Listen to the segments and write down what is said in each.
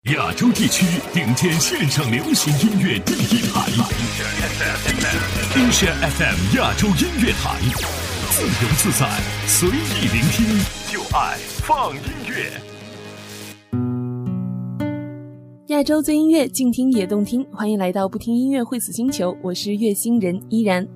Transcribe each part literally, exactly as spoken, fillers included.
亚洲地区顶尖线上流行音乐第一台 Asia F M 亚洲音乐台，自由自在，随意聆听，就爱放音乐。 亚洲最音乐，静听也动听，欢迎来到不听音乐会死星球，我是月星人依然。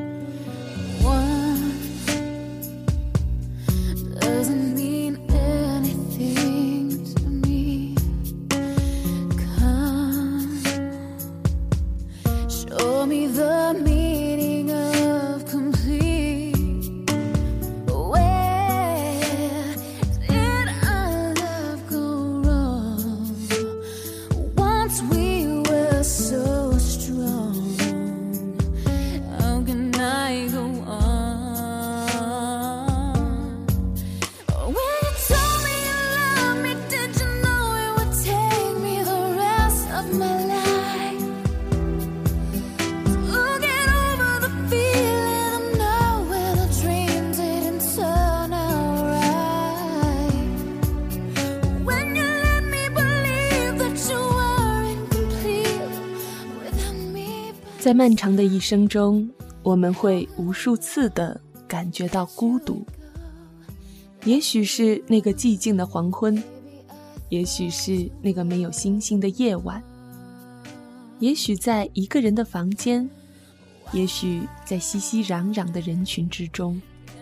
在漫长的一生中，我们会无数次地感觉到孤独。也许是那个寂静的黄昏，也许是那个没有星星的夜晚，也许在一个人的房间，也许在熙熙攘攘的人群之中。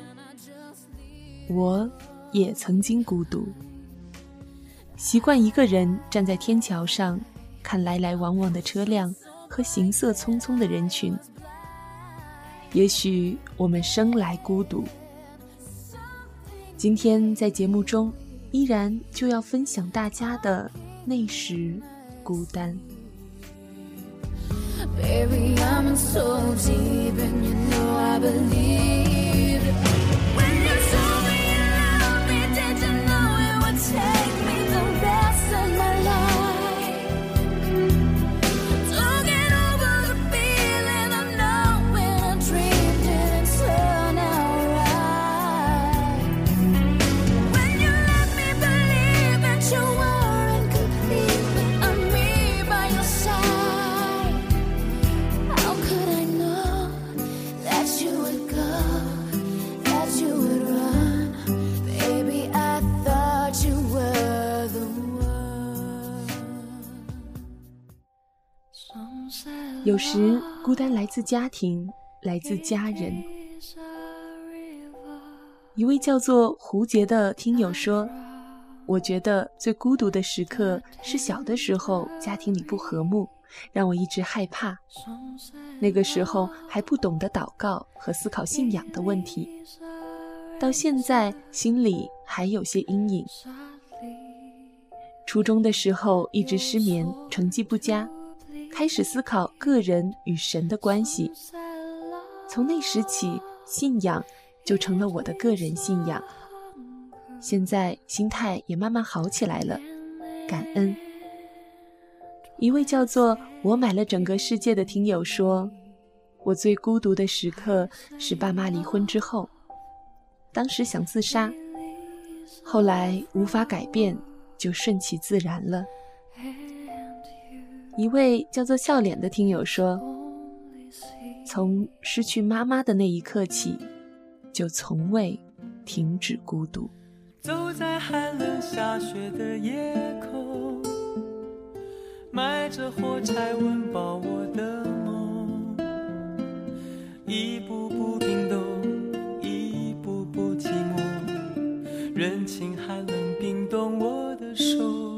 我也曾经孤独，习惯一个人站在天桥上，看来来往往的车辆和行色匆匆的人群。也许我们生来孤独。今天在节目中依然就要分享大家的那时孤单。 Baby, I'm in so deep and you know I believe When you told me you loved me, did you know it would take me the rest of my life有时孤单来自家庭，来自家人。一位叫做胡杰的听友说，我觉得最孤独的时刻是小的时候家庭里不和睦，让我一直害怕。那个时候还不懂得祷告和思考信仰的问题，到现在心里还有些阴影。初中的时候一直失眠，成绩不佳，开始思考个人与神的关系。从那时起，信仰就成了我的个人信仰。现在心态也慢慢好起来了，感恩。一位叫做我买了整个世界的听友说，我最孤独的时刻是爸妈离婚之后，当时想自杀，后来无法改变，就顺其自然了。一位叫做笑脸的听友说，从失去妈妈的那一刻起，就从未停止孤独。 走在寒冷下雪的夜空，埋着火柴温饱我的梦，一步步冰冻，一步步寂寞，人情寒冷冰冻我的手，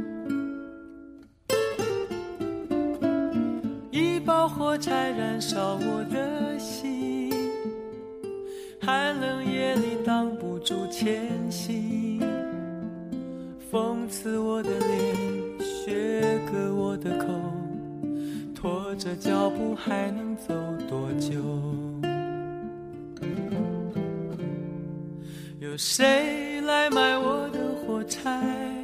一包火柴燃烧我的心，寒冷夜里挡不住前行，风刺我的脸，雪割我的口，拖着脚步还能走多久？有谁来买我的火柴？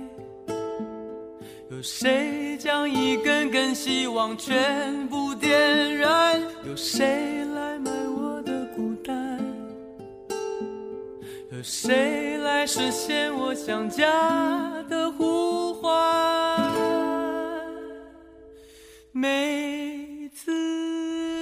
有谁将一根根希望全部点燃？有谁来买我的孤单？有谁来实现我想家的呼唤？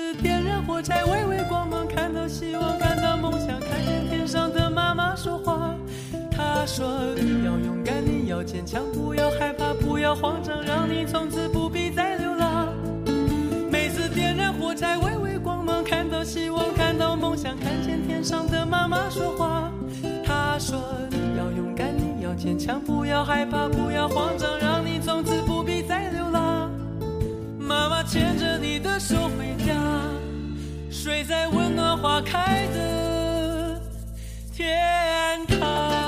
次点燃火柴，微微光芒，看到希望，看到梦想，看见天上的妈妈说话。她说你要勇敢，你要坚强，不要害怕，不要慌张，让你从此不必再流浪。每次点燃火柴，微微光芒，看到希望，看到梦想，看见天上的妈妈说话。她说你要勇敢，你要坚强，不要害怕，不要慌张，让你从此不必再流浪。妈妈牵着你的手回家，睡在温暖花开的天堂。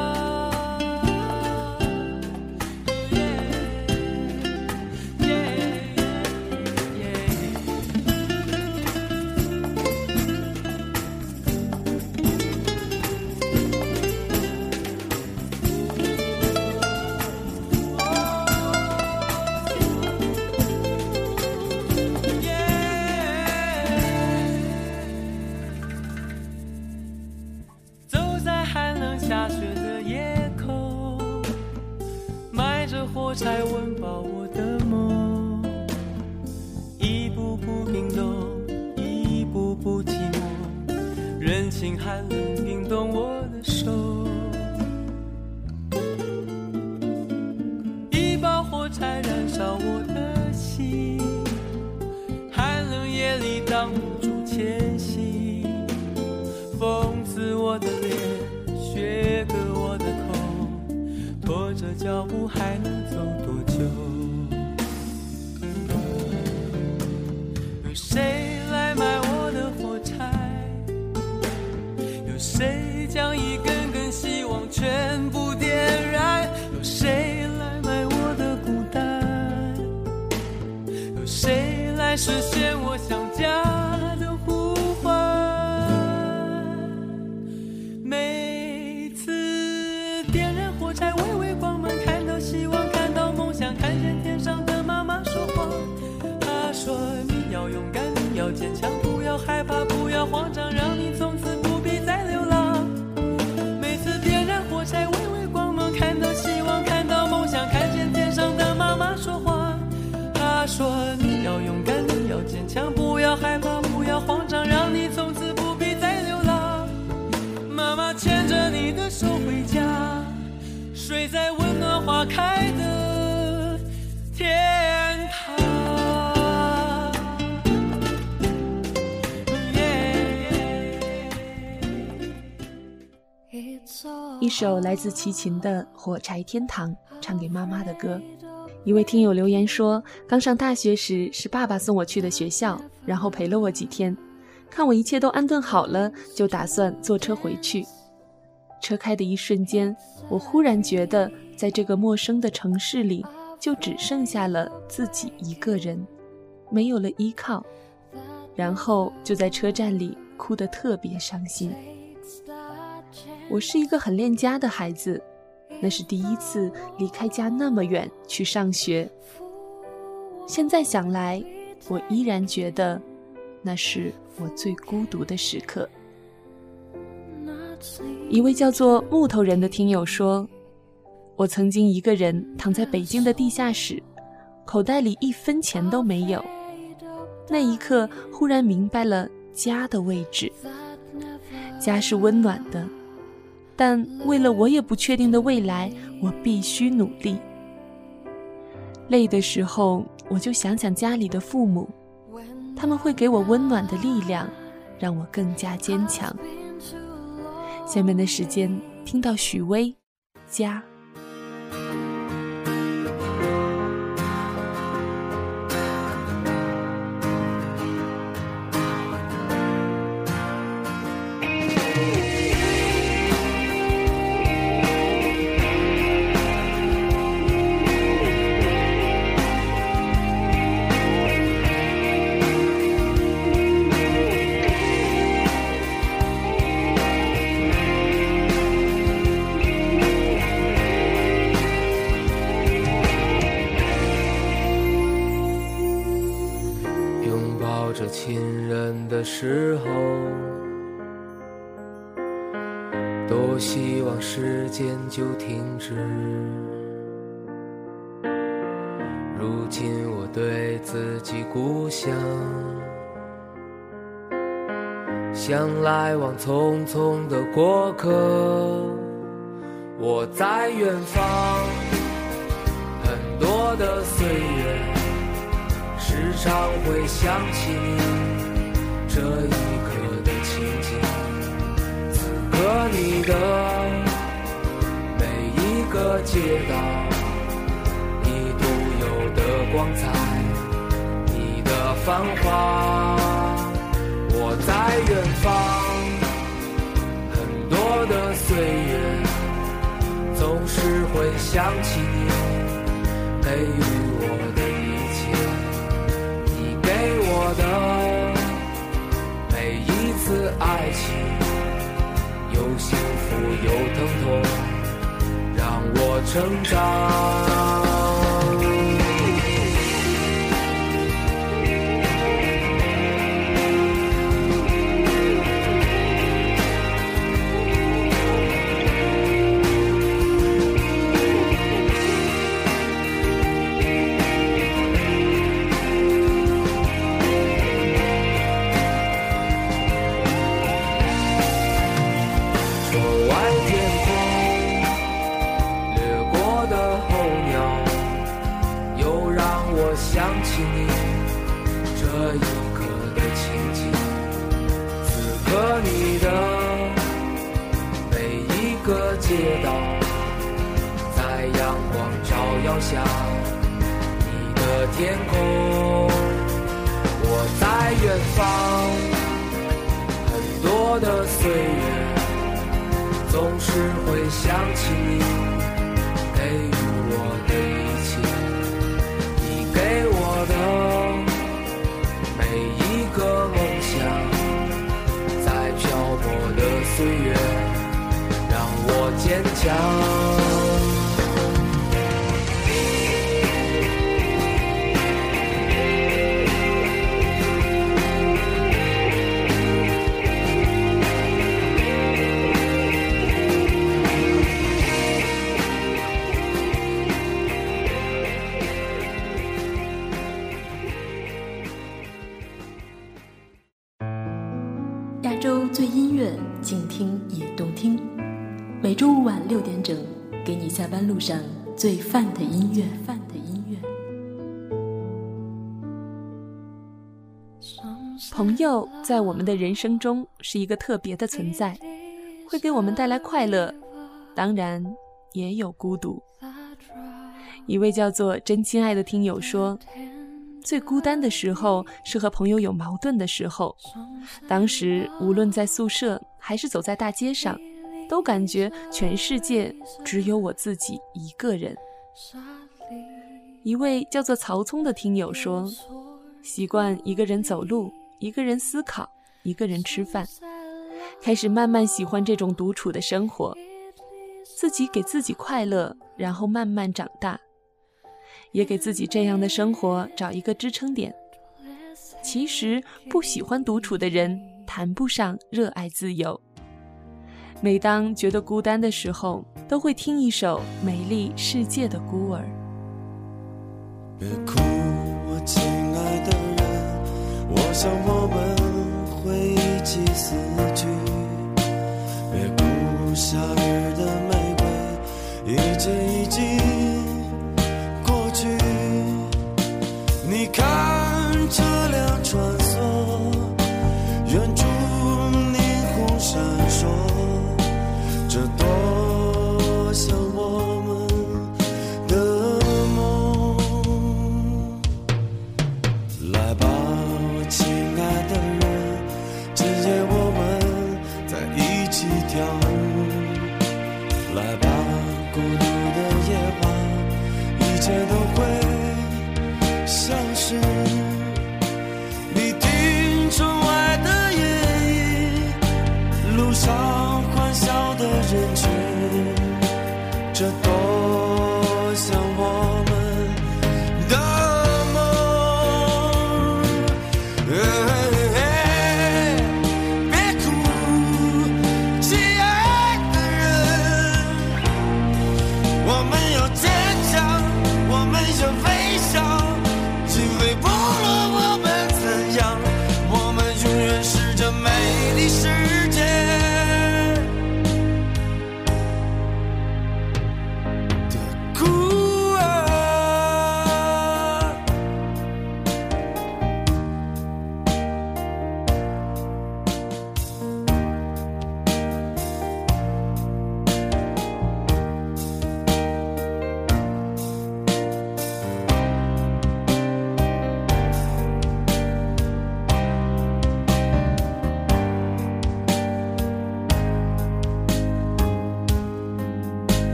下雪的夜空，埋着火柴温饱我的梦，一步步冰冻，一步步寂寞，人情寒冷冰冻我的手。一把火柴燃烧我的心，寒冷夜里挡不住前行，风刺我的脸，雪割我的口，拖着脚步还能走多久？有谁来买我的火柴？有谁将一根根希望全部点燃？有谁来买我的孤单？有谁来实现我想家的呼唤？看见天上的妈妈说话，她说你要勇敢，你要坚强，不要害怕，不要慌张，让你从此不必再流浪。每次点燃火柴，微微光芒，看到希望，看到梦想，看见天上的妈妈说话，她说你要勇敢，你要坚强，不要害怕，不要慌张，让你从此不必再流浪。妈妈牵着你的手回家，睡在温暖花开的天堂。 一首来自齐秦的《火柴天堂》，唱给妈妈的歌。一位听友留言说，刚上大学时是爸爸送我去的学校，然后陪了我几天，看我一切都安顿好了，就打算坐车回去。车开的一瞬间，我忽然觉得在这个陌生的城市里，就只剩下了自己一个人，没有了依靠，然后就在车站里哭得特别伤心。我是一个很恋家的孩子，那是第一次离开家那么远去上学。现在想来，我依然觉得那是我最孤独的时刻。一位叫做木头人的听友说，我曾经一个人躺在北京的地下室，口袋里一分钱都没有。那一刻忽然明白了家的位置。家是温暖的，但为了我也不确定的未来，我必须努力。累的时候，我就想想家里的父母，他们会给我温暖的力量，让我更加坚强。下面的时间听到许巍家。 亲人的时候，多希望时间就停止。如今我对自己故乡像来往匆匆的过客。我在远方，很多的岁月，时常会想起你这一刻的情景。此刻你的每一个街道，你独有的光彩，你的繁华。我在远方，很多的岁月，总是会想起你给予我的一切。你给我的每一次爱情，有幸福有疼痛，让我成长。想起你这一刻的情景，此刻你的每一个街道，在阳光照耀下，你的天空。我在远方，很多的岁月，总是会想起你给予我的一切。给我的每一个梦想，在漂泊的岁月，让我坚强。 亚洲最音乐，静听也动听。每周五晚六点整，给你下班路上最范的音乐。范的音乐。 朋友在我们的人生中是一个特别的存在，会给我们带来快乐，当然也有孤独。一位叫做真亲爱的听友说，最孤单的时候是和朋友有矛盾的时候，当时无论在宿舍还是走在大街上，都感觉全世界只有我自己一个人。一位叫做曹聪的听友说，习惯一个人走路，一个人思考，一个人吃饭，开始慢慢喜欢这种独处的生活，自己给自己快乐，然后慢慢长大，也给自己这样的生活找一个支撑点。其实不喜欢独处的人谈不上热爱自由。每当觉得孤单的时候，都会听一首《美丽世界的孤儿》。 别哭，我亲爱的人，我想我们会一起死去。别哭，夏日的玫瑰一直已经过去。你看车辆穿梭，远处霓虹闪烁，这多像我们的梦。来吧，我亲爱的人，今夜我们在一起跳舞。来吧，孤独的夜晚，一切都会消失。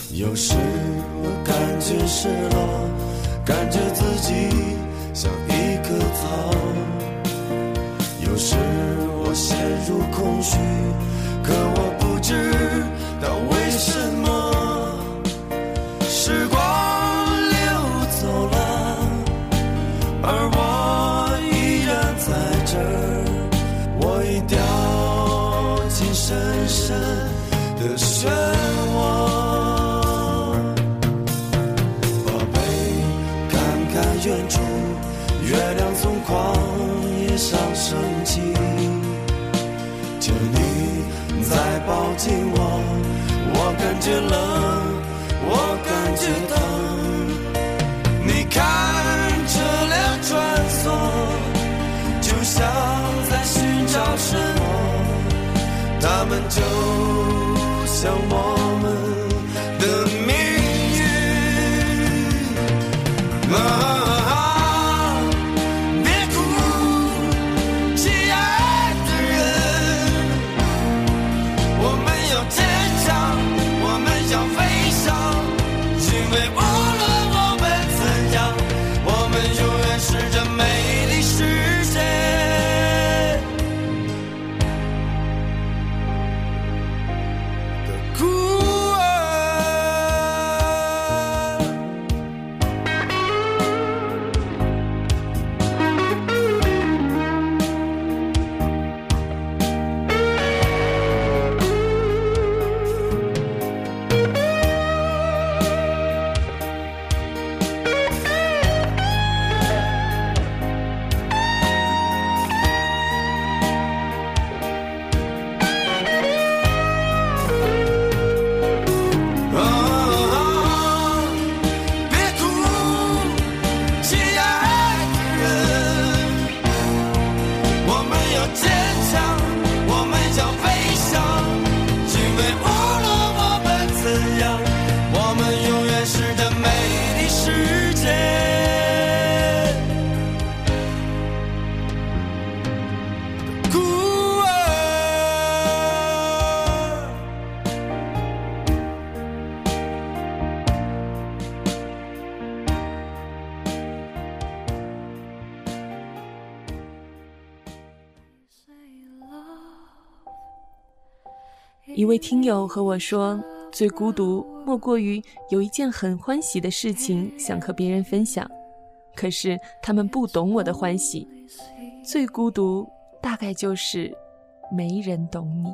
有时我感觉失落，感觉自己像一棵草。有时我陷入空虚，可我不知道为什么。时光流走了，而我依然在这儿，我已掉进深深的漩涡。远处月亮从旷野上升起，求你再抱紧我，我感觉冷，我感觉疼。你看车辆穿梭，就像在寻找什么，他们就像我们的命运啊。 一位听友和我说，最孤独莫过于有一件很欢喜的事情想和别人分享，可是他们不懂我的欢喜。最孤独大概就是没人懂你。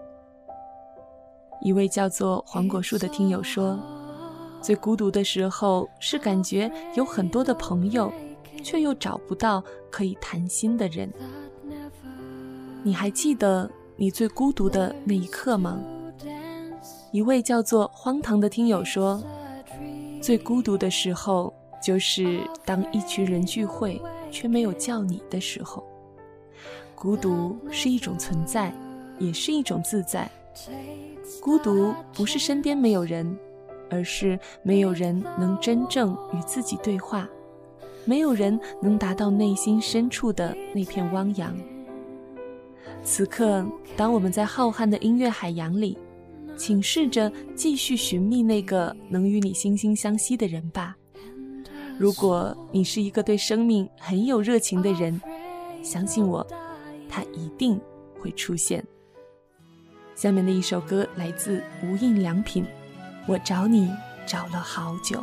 一位叫做黄果树的听友说，最孤独的时候是感觉有很多的朋友，却又找不到可以谈心的人。你还记得你最孤独的那一刻吗？一位叫做荒唐的听友说，最孤独的时候就是当一群人聚会却没有叫你的时候。孤独是一种存在，也是一种自在。孤独不是身边没有人，而是没有人能真正与自己对话，没有人能达到内心深处的那片汪洋。此刻，当我们在浩瀚的音乐海洋里，请试着继续寻觅那个能与你惺惺相惜的人吧。如果你是一个对生命很有热情的人，相信我，他一定会出现。下面的一首歌来自无印良品，我找你找了好久。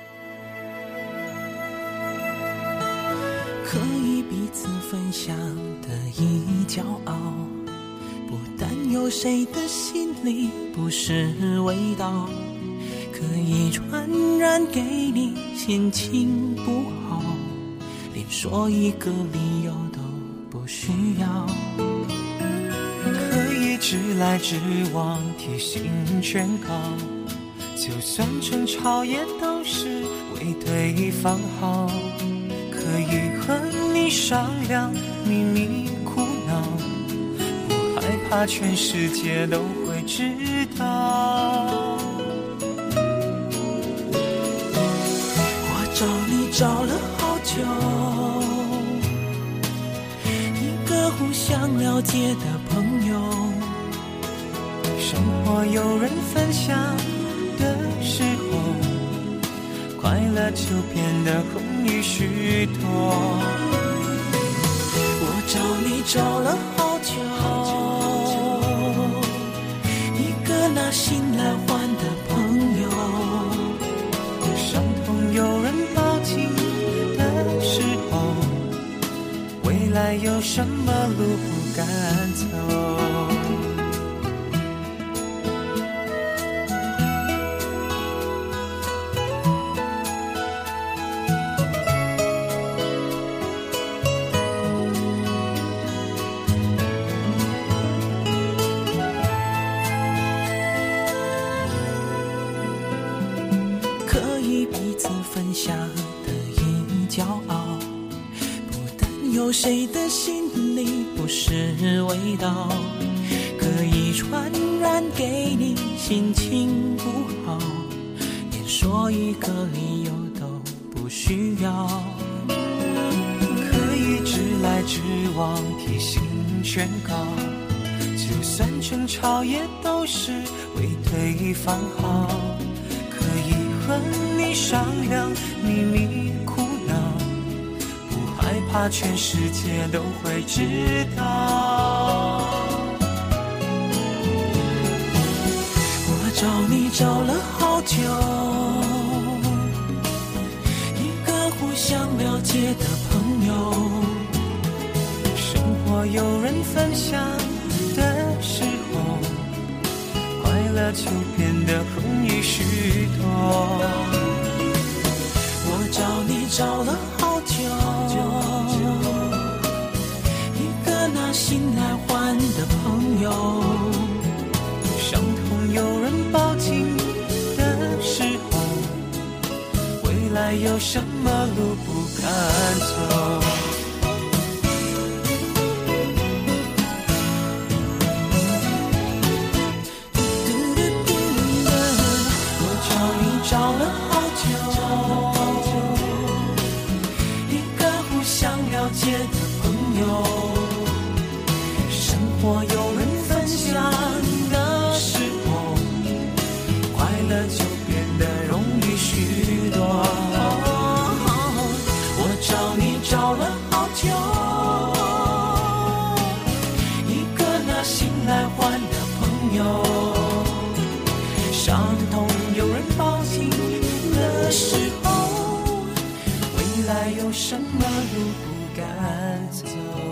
可以彼此分享的一骄傲，不担忧谁的心里不是味道，可以传染给你心情不好，连说一个理由都不需要， 可以直来直往贴心劝告，就算争吵也都是为对方好，可以和你商量秘密苦恼，不害怕全世界都会知道。 我找你找了好久，一个互相了解的朋友， 生活有人分享的时就变得容易许多。 我找你找了好久，一个拿心来换的朋友。 伤痛有人抱紧的时候，未来有什么路不敢走？ 有谁的心里不是味道，可以传染给你心情不好，连说一个理由都不需要。 可以直来直往，提醒劝告，就算争吵也都是为对方好。可以和你商量秘密苦恼，害怕全世界都会知道。 我找你找了好久，一个互相了解的朋友。 生活有人分享的时候，快乐就变得容易许多。 我找你找了好久，一个拿心来换的朋友。 伤痛有人抱紧的时候，未来有什么路不敢走？ 我找你找了好久，一个互相了解的朋友。生活有人分享的时候，快乐就变得容易许多。我找你找了好久，一个拿心来换的朋友。伤痛有人抱紧的时候，未来有什么路不敢走？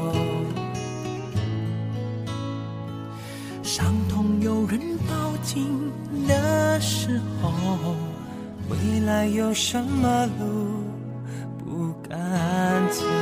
伤痛有人抱紧的时候， 未来有什么路不敢走？